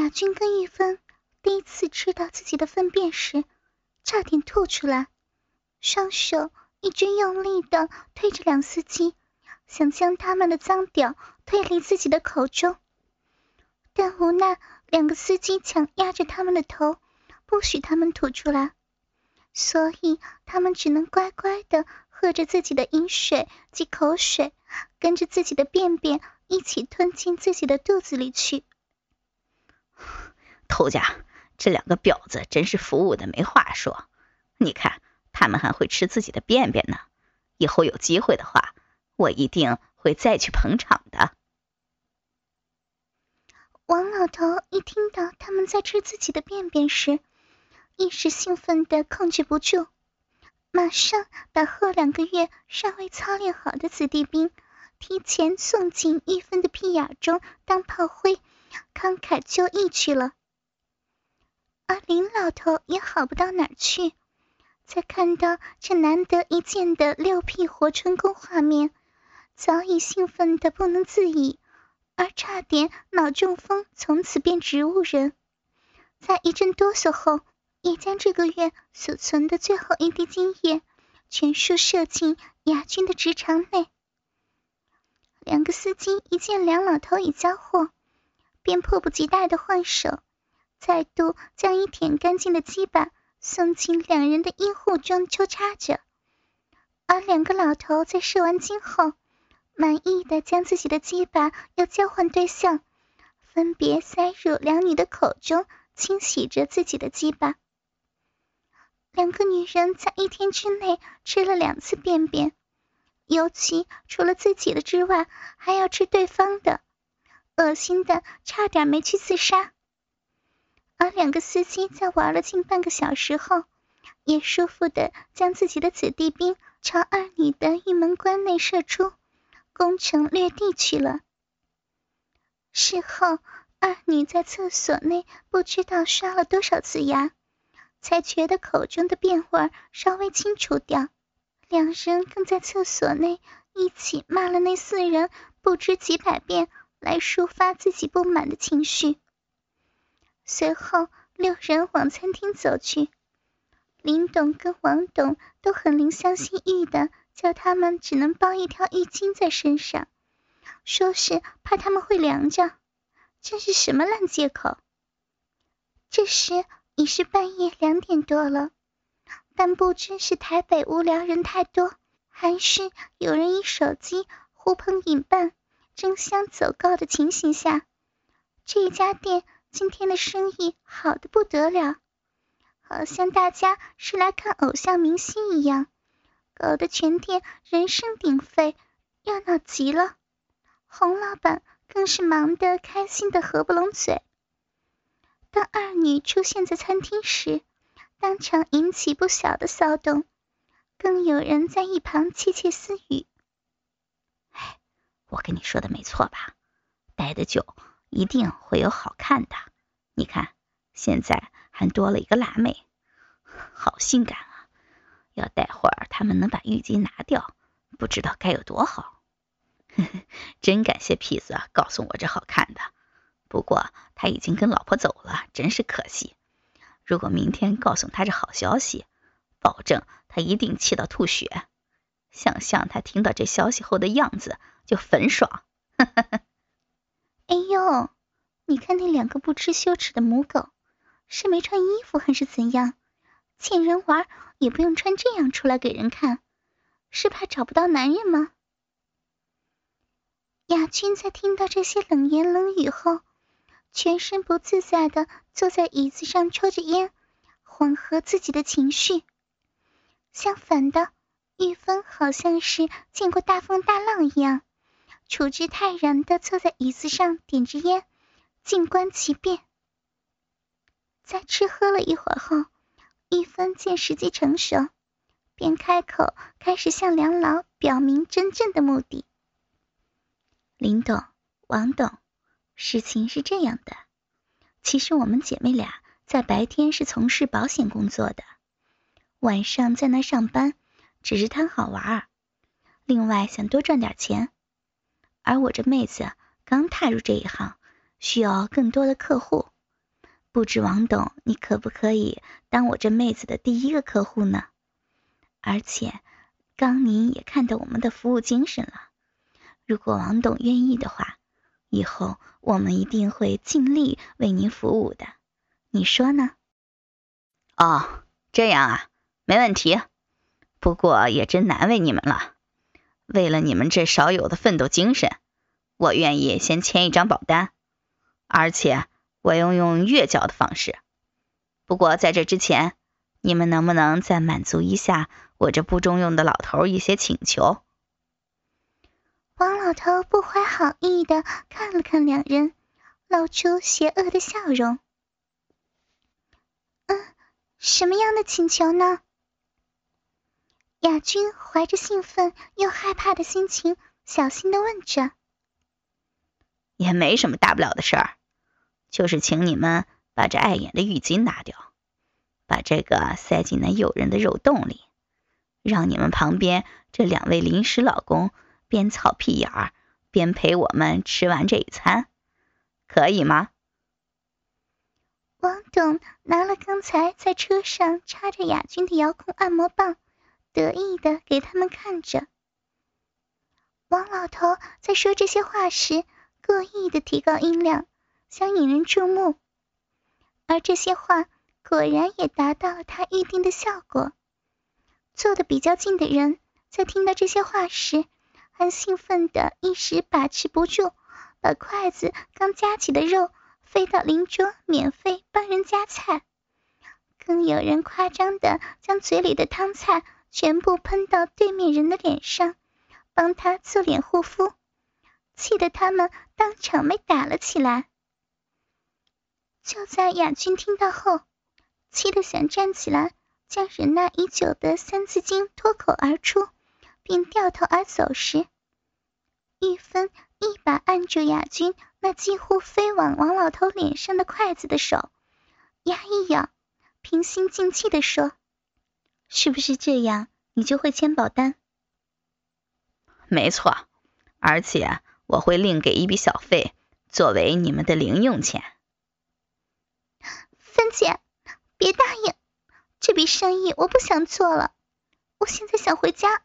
君跟玉芬第一次吃到自己的粪便时，差点吐出来，双手一直用力地推着两司机，想将他们的脏屌推离自己的口中，但无奈两个司机强压着他们的头，不许他们吐出来，所以他们只能乖乖地喝着自己的饮水及口水，跟着自己的便便一起吞进自己的肚子里去。 头家，这两个婊子真是服务的没话说，你看他们还会吃自己的便便呢，以后有机会的话，我一定会再去捧场的。 王老头一听到他们在吃自己的便便时，一时兴奋地控制不住，马上把喝2个月尚未操练好的子弟兵提前送进玉芬的屁眼中当炮灰，慷慨就义去了。而林老头也好不到哪儿去，在看到这难得一见的6屁活春宫画面，早已兴奋得不能自已，而差点脑中风，从此变植物人。在一阵哆嗦后，也将这个月所存的最后一滴精液全数射进雅君的直肠内。两个司机一见梁老头已交货，便迫不及待地换手，再度将已舔干净的鸡巴送进两人的阴户中抽插着。而两个老头在射完精后，满意地将自己的鸡巴又交换对象，分别塞入两女的口中，清洗着自己的鸡巴。两个女人在1天之内吃了2次便便，尤其除了自己的之外，还要吃对方的，恶心的差点没去自杀。而两个司机在玩了近半个小时后，也舒服地将自己的子弟兵朝二女的玉门关内射出，攻城略地去了。事后，二女在厕所内不知道刷了多少次牙，才觉得口中的便味稍微清除掉。两人更在厕所内一起骂了那4人不知几百遍，来抒发自己不满的情绪。随后6人往餐厅走去，林董跟王董都很怜香惜玉的叫他们只能包一条浴巾在身上，说是怕他们会凉着，这是什么烂借口？这时已是半夜2点多了，但不知是台北无聊人太多，还是有人以手机呼朋引伴争相走告的情形下，这一家店今天的生意好得不得了，好像大家是来看偶像明星一样，搞得全店人声鼎沸，热闹极了。洪老板更是忙得开心的合不拢嘴。当二女出现在餐厅时，当场引起不小的骚动，更有人在一旁窃窃私语： 哎，我跟你说的没错吧，待得久一定会有好看的，你看现在还多了一个辣妹，好性感啊，要待会儿他们能把浴巾拿掉，不知道该有多好。真感谢痞子告诉我这好看的，不过他已经跟老婆走了，真是可惜。如果明天告诉他这好消息，保证他一定气到吐血。想象他听到这消息后的样子，就很爽。 哎呦，你看那2个不知羞耻的母狗，是没穿衣服还是怎样？见人玩也不用穿这样出来给人看，是怕找不到男人吗？雅君在听到这些冷言冷语后，全身不自在地坐在椅子上抽着烟，缓和自己的情绪。相反的，玉芬好像是见过大风大浪一样，处之泰然地坐在椅子上点着烟，静观其变。在吃喝了一会儿后，玉芬见时机成熟，便开口开始向梁老表明真正的目的。林董、王董，事情是这样的，其实我们姐妹俩在白天是从事保险工作的，晚上在那上班，只是贪好玩，另外想多赚点钱。而我这妹子刚踏入这一行，需要更多的客户， 不知王董你可不可以当我这妹子的第一个客户呢？而且刚您也看到我们的服务精神了，如果王董愿意的话，以后我们一定会尽力为您服务的，你说呢？ 哦，这样啊，没问题。不过也真难为你们了，为了你们这少有的奋斗精神，我愿意先签一张保单，而且我要用月缴的方式。不过在这之前，你们能不能再满足一下我这不中用的老头一些请求？ 王老头不怀好意地看了看两人，露出邪恶的笑容。什么样的请求呢？雅君怀着兴奋又害怕的心情，小心地问着。 也没什么大不了的事儿，就是请你们把这碍眼的浴巾拿掉，把这个塞进那诱人的肉洞里，让你们旁边这两位临时老公边操屁眼儿边陪我们吃完这一餐，可以吗？ 王董拿了刚才在车上插着雅君的遥控按摩棒，得意地给他们看着。王老头在说这些话时，故意地提高音量，想引人注目，而这些话果然也达到了他预定的效果。坐得比较近的人在听到这些话时，很兴奋地一时把持不住，把筷子刚夹起的肉飞到邻桌免费帮人夹菜，更有人夸张地将嘴里的汤菜全部喷到对面人的脸上，帮他做脸护肤，气得他们当场被打了起来。就在雅君听到后，气得想站起来，将忍耐已久的三字经脱口而出，并掉头而走时，玉芬一把按住雅君那几乎飞往王老头脸上的筷子的手，牙一咬，平心静气地说： 是不是这样你就会签保单？ 没错，而且我会另给一笔小费作为你们的零用钱。 芬姐，别答应，这笔生意我不想做了，我现在想回家。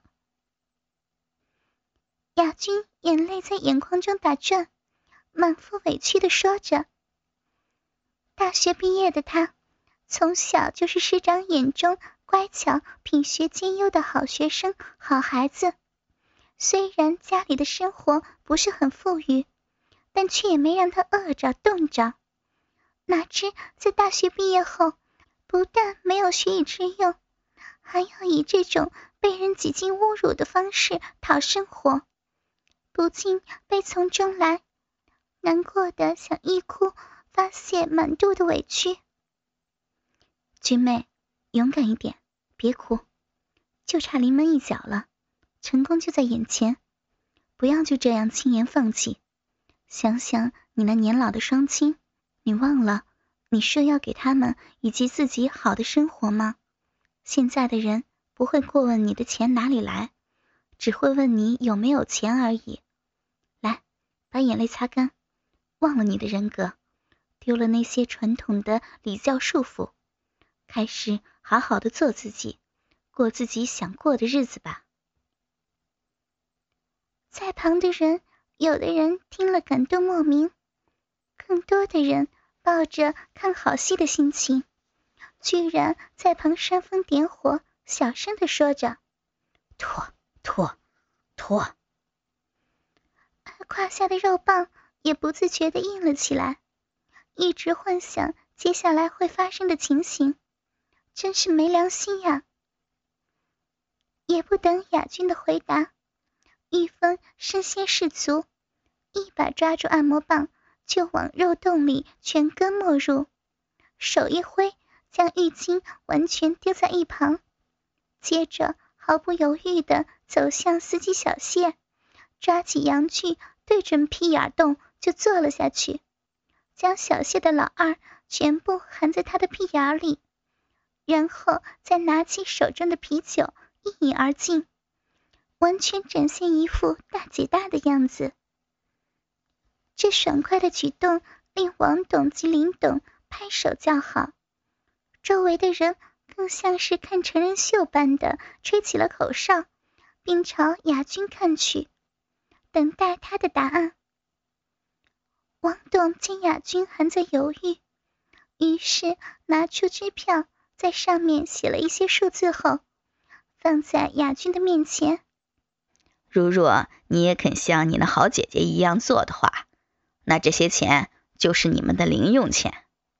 雅君眼泪在眼眶中打转，满腹委屈地说着。大学毕业的她，从小就是师长眼中乖巧、品学兼优的好学生、好孩子。虽然家里的生活不是很富裕，但却也没让她饿着冻着。哪知在大学毕业后，不但没有学以致用，还要以这种被人几经侮辱的方式讨生活，不禁悲从中来，难过的想一哭发泄满肚的委屈。 君妹，勇敢一点，别哭，就差临门一脚了，成功就在眼前，不要就这样轻言放弃。想想你那年老的双亲，你忘了你说要给他们以及自己好的生活吗？现在的人不会过问你的钱哪里来，只会问你有没有钱而已。来，把眼泪擦干，忘了你的人格，丢了那些传统的礼教束缚，开始好好的做自己，过自己想过的日子吧。 在旁的人，有的人听了感动莫名，更多的人抱着看好戏的心情，居然在旁煽风点火，小声地说着： 脱脱脱。 而胯下的肉棒也不自觉地硬了起来，一直幻想接下来会发生的情形，真是没良心呀。也不等雅君的回答，玉芬身先士卒，一把抓住按摩棒就往肉洞里全根没入，手一挥，将浴巾完全丢在一旁，接着毫不犹豫地走向司机小谢，抓起阳具对准屁眼洞就坐了下去，将小谢的老二全部含在他的屁眼里，然后再拿起手中的啤酒一饮而尽，完全展现一副大姐大的样子。这爽快的举动令王董及林董拍手叫好，周围的人更像是看成人秀般的吹起了口哨，并朝雅君看去，等待他的答案。王董见雅君还在犹豫，于是拿出支票，在上面写了一些数字后，放在雅君的面前。 如若你也肯像你那好姐姐一样做的话，那这些钱就是你们的零用钱。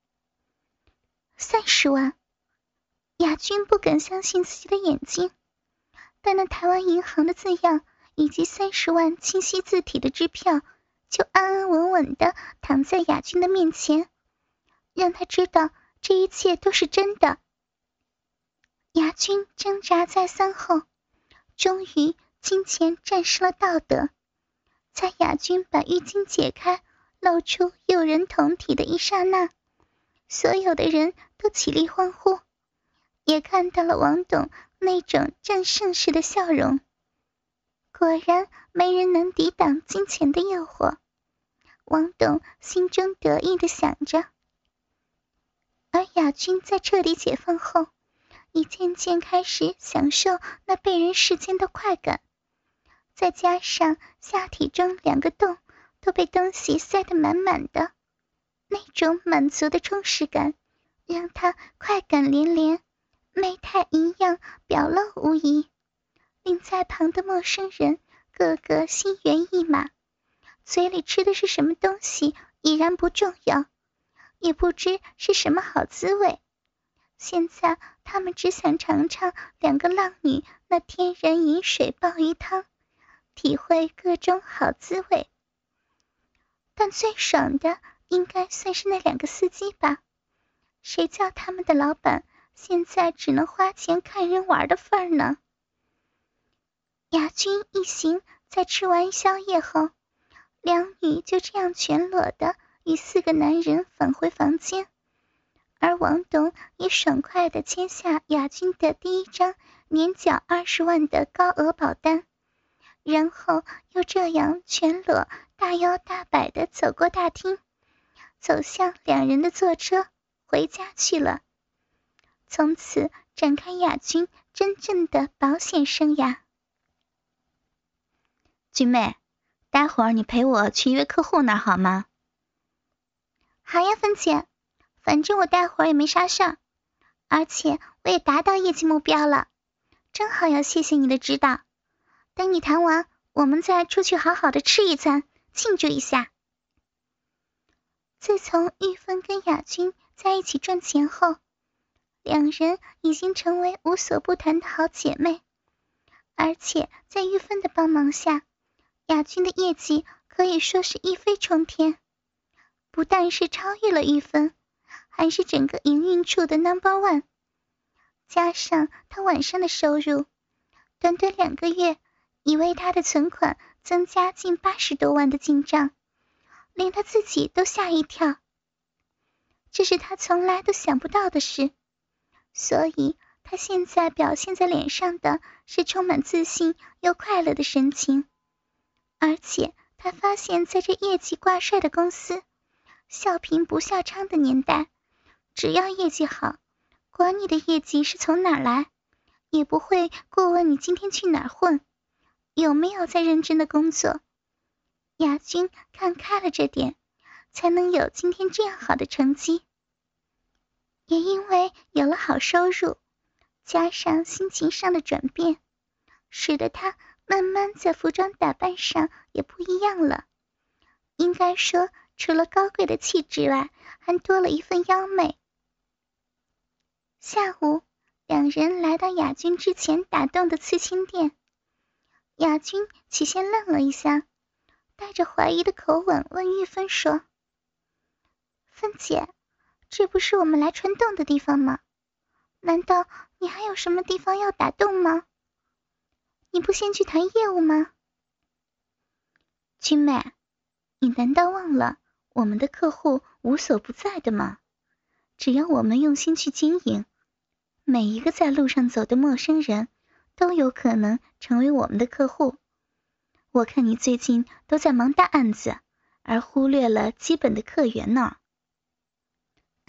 30万！雅君不敢相信自己的眼睛，但那台湾银行的字样以及30万清晰字体的支票，就安安稳稳地躺在雅君的面前，让他知道这一切都是真的。雅君挣扎再三后，终于金钱战胜了道德。在雅君把浴巾解开，露出诱人胴体的一刹那，所有的人都起立欢呼，也看到了王董那种战胜时的笑容。果然没人能抵挡金钱的诱惑，王董心中得意地想着。而雅君在彻底解放后，已渐渐开始享受那被人世间的快感，再加上下体中2个洞都被东西塞得满满的，那种满足的充实感让他快感连连，媚态一样表露无遗，令在旁的陌生人个个心猿意马，嘴里吃的是什么东西已然不重要，也不知是什么好滋味。现在他们只想尝尝2个浪女那天然饮水鲍鱼汤，体会各种好滋味。但最爽的应该算是那2个司机吧，谁叫他们的老板现在只能花钱看人玩的份儿呢？雅君一行在吃完宵夜后，2女就这样全裸的与4个男人返回房间，而王董也爽快地签下雅君的第1张年缴20万的高额保单，然后又这样全裸大摇大摆地走过大厅，走向2人的坐车回家去了，从此展开雅君真正的保险生涯。 君妹，待会儿你陪我去一位客户那儿好吗？ 好呀，芬姐，反正我待会儿也没啥事儿，而且我也达到业绩目标了，正好要谢谢你的指导。等你谈完，我们再出去好好的吃一餐，庆祝一下。自从玉芬跟雅君在一起赚钱后，2人已经成为无所不谈的好姐妹，而且在玉芬的帮忙下，雅君的业绩可以说是一飞冲天，不但是超越了玉芬，还是整个营运处的 No.1。 加上她晚上的收入，短短2个月已为她的存款增加近80多万的进账，连她自己都吓一跳。这是她从来都想不到的事，所以她现在表现在脸上的是充满自信又快乐的神情。而且她发现在这业绩挂帅的公司，笑贫不笑娼的年代，只要业绩好，管你的业绩是从哪儿来，也不会过问你今天去哪儿混，有没有在认真的工作。雅君看开了这点，才能有今天这样好的成绩。也因为有了好收入，加上心情上的转变，使得她慢慢在服装打扮上也不一样了。应该说，除了高贵的气质外，还多了一份妖媚。下午，2人来到雅君之前打洞的刺青店。雅君起先愣了一下，带着怀疑的口吻问玉芬说：“芬姐，这不是我们来穿洞的地方吗？难道你还有什么地方要打洞吗？你不先去谈业务吗？” 君妹，你难道忘了我们的客户无所不在的吗？只要我们用心去经营，每一个在路上走的陌生人都有可能成为我们的客户。我看你最近都在忙大案子，而忽略了基本的客源呢。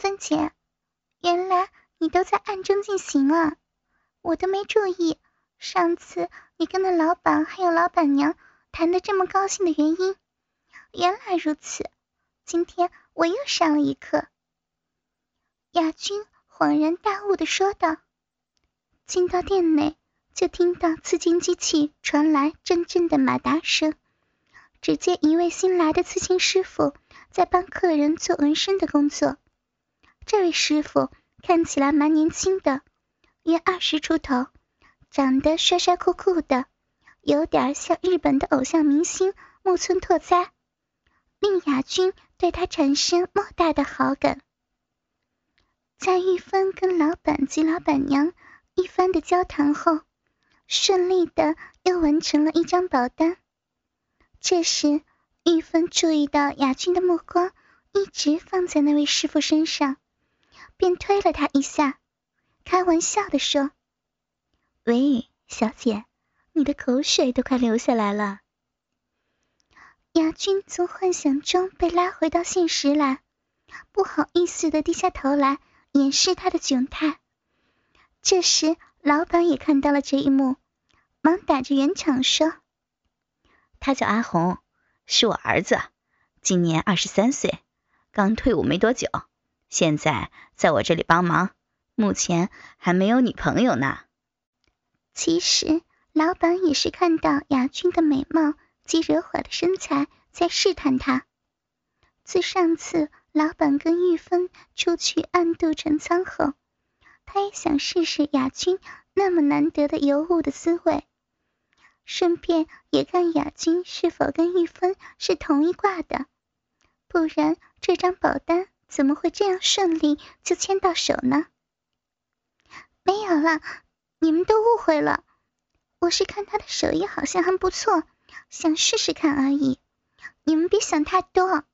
芬姐，原来你都在暗中进行啊，我都没注意。上次你跟那老板还有老板娘谈得这么高兴的原因，原来如此，今天我又上了一课。亚军恍然大悟地说道。进到店内，就听到刺青机器传来阵阵的马达声。只见一位新来的刺青师傅在帮客人做纹身的工作。这位师傅看起来蛮年轻的，约20出头，长得帅帅酷酷的，有点像日本的偶像明星木村拓哉，令亚军对他产生莫大的好感。在玉芬跟老板及老板娘一番的交谈后，顺利的又完成了一张保单。这时玉芬注意到亚军的目光一直放在那位师傅身上，便推了他一下，开玩笑地说：喂，小姐，你的口水都快流下来了。亚军从幻想中被拉回到现实来，不好意思地低下头来掩饰他的窘态。这时老板也看到了这一幕，忙打着圆场说： 他叫阿红，是我儿子，今年23岁，刚退伍没多久，现在在我这里帮忙，目前还没有女朋友呢。 其实老板也是看到亚军的美貌及柔滑的身材在试探他。自上次老板跟玉芬出去暗度陈仓后，他也想试试亚军那么难得的尤物的滋味，顺便也看亚军是否跟玉芬是同一挂的，不然这张保单怎么会这样顺利就签到手呢？没有了，你们都误会了，我是看他的手艺好像还不错，想试试看而已，你们别想太多。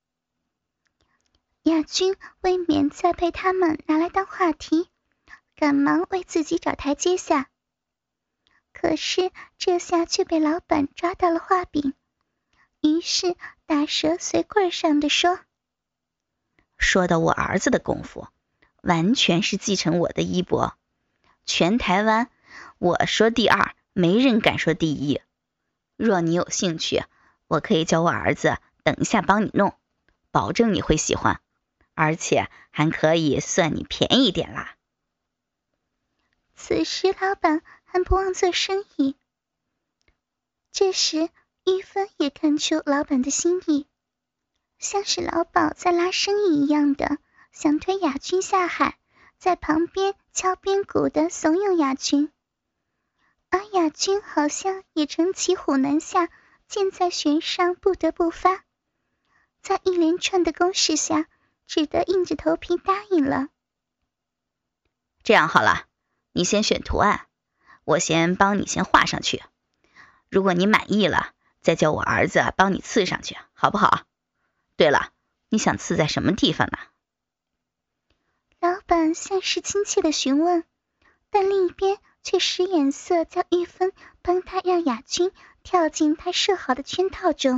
亚军未免再被他们拿来当话题，赶忙为自己找台阶下。可是这下却被老板抓到了画柄，于是打蛇随棍上的说： 说到我儿子的功夫，完全是继承我的衣钵，全台湾我说第2，没人敢说第1。若你有兴趣，我可以叫我儿子等一下帮你弄，保证你会喜欢，而且还可以算你便宜点啦。 此时老板还不忘做生意。这时玉芬也看出老板的心意，像是老鸨在拉生意一样的想推亚军下海，在旁边敲边鼓的怂恿亚军。而亚军好像也成骑虎难下，箭在弦上不得不发，在一连串的攻势下，只得硬着头皮答应了。 这样好了，你先选图案，我先帮你先画上去，如果你满意了，再叫我儿子帮你刺上去，好不好？对了，你想刺在什么地方呢？ 老板像是亲切的询问，但另一边却使眼色叫玉芬帮他让亚军跳进他设好的圈套中。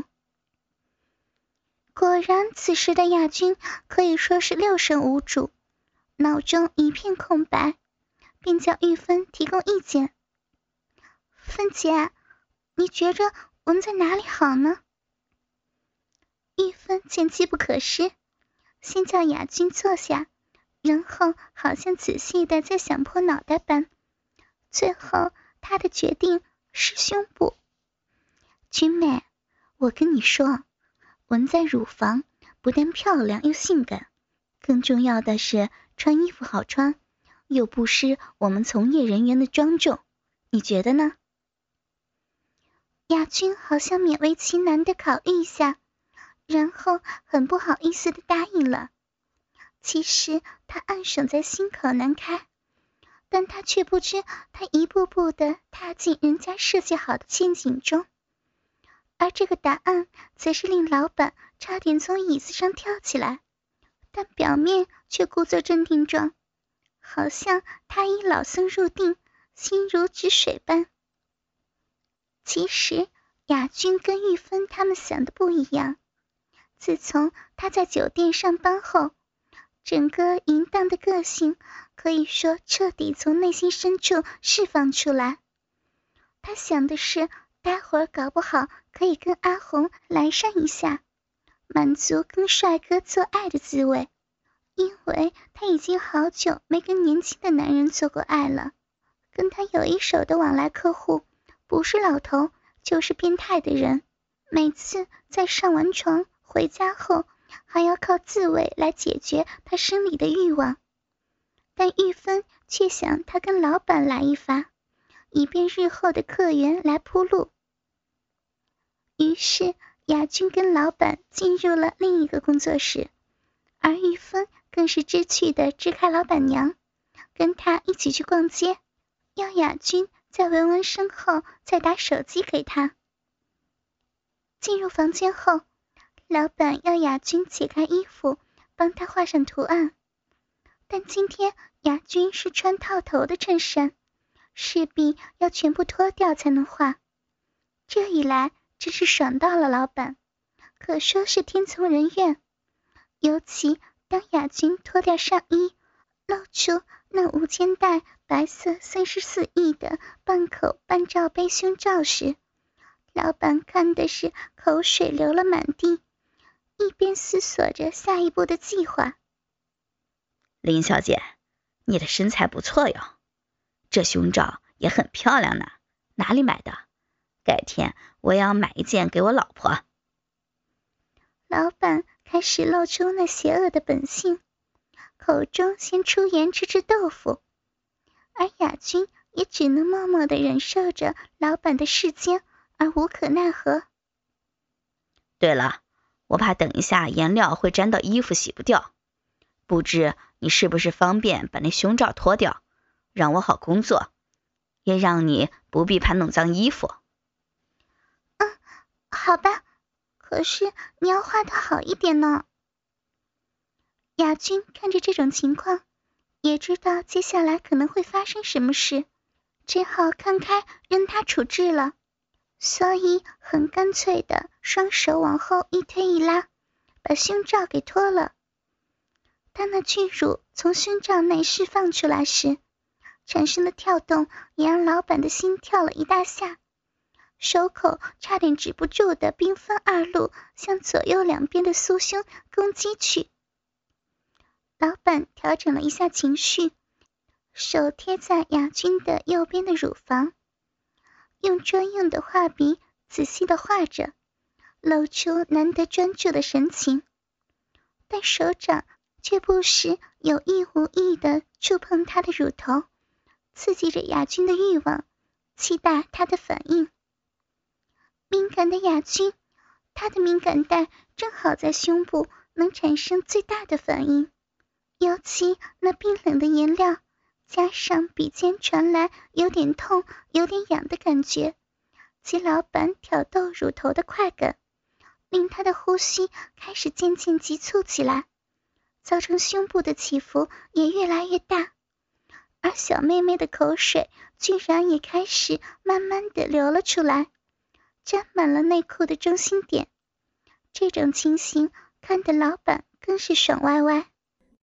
果然此时的亚军可以说是六神无主，脑中一片空白，便叫玉芬提供意见。芬姐，你觉着纹在哪里好呢？玉芬见机不可失，先叫亚军坐下，然后好像仔细的在想破脑袋般，最后他的决定是胸部。君美，我跟你说，纹在乳房不但漂亮又性感，更重要的是穿衣服好穿，又不失我们从业人员的庄重，你觉得呢？亚军好像勉为其难的考虑一下，然后很不好意思的答应了。其实他暗爽在心口难开，但他却不知他一步步的踏进人家设计好的陷阱中，而这个答案则是令老板差点从椅子上跳起来，但表面却故作镇定状，好像他已老僧入定，心如止水般。其实亚军跟玉芬他们想的不一样，自从他在酒店上班后， 整个淫荡的个性可以说彻底从内心深处释放出来。他想的是，待会儿搞不好可以跟阿红来上一下，满足跟帅哥做爱的滋味。因为他已经好久没跟年轻的男人做过爱了，跟他有一手的往来客户，不是老头就是变态的人，每次在上完床回家后，还要靠自慰来解决他生理的欲望。但玉芬却想他跟老板来一发，以便日后的客源来铺路。于是雅君跟老板进入了另一个工作室，而玉芬更是知趣地支开老板娘，跟他一起去逛街，要雅君在文文身后再打手机给他。进入房间后，老板要雅君解开衣服，帮他画上图案。但今天雅君是穿套头的衬衫，势必要全部脱掉才能画。这一来真是爽到了老板，可说是天从人愿。尤其当雅君脱掉上衣，露出那无肩带白色34亿的半口半罩杯胸罩时，老板看的是口水流了满地，一边思索着下一步的计划。 林小姐，你的身材不错哟，这胸罩也很漂亮呢，哪里买的？改天我也要买一件给我老婆。 老板开始露出那邪恶的本性，口中先出言吃吃豆腐，而雅君也只能默默地忍受着老板的视奸，而无可奈何。 对了，我怕等一下颜料会沾到衣服洗不掉，不知你是不是方便把那胸罩脱掉，让我好工作，也让你不必怕弄脏衣服。 好吧，可是你要画得好一点呢。雅君看着这种情况，也知道接下来可能会发生什么事，只好看开任他处置了，所以很干脆的双手往后一推一拉，把胸罩给脱了。当那巨乳从胸罩内释放出来时，产生的跳动也让老板的心跳了一大下，手口差点止不住的兵分二路向左右两边的酥胸攻击去。老板调整了一下情绪，手贴在雅君的右边的乳房，用专用的画笔仔细的画着，露出难得专注的神情，但手掌却不时有意无意的触碰她的乳头，刺激着雅君的欲望，期待她的反应。敏感的雅君，她的敏感带正好在胸部，能产生最大的反应，尤其那冰冷的颜料，加上鼻尖传来有点痛有点痒的感觉，及老板挑逗乳头的快感，令她的呼吸开始渐渐急促起来，造成胸部的起伏也越来越大，而小妹妹的口水居然也开始慢慢的流了出来，沾满了内裤的中心点。这种情形看得老板更是爽歪歪。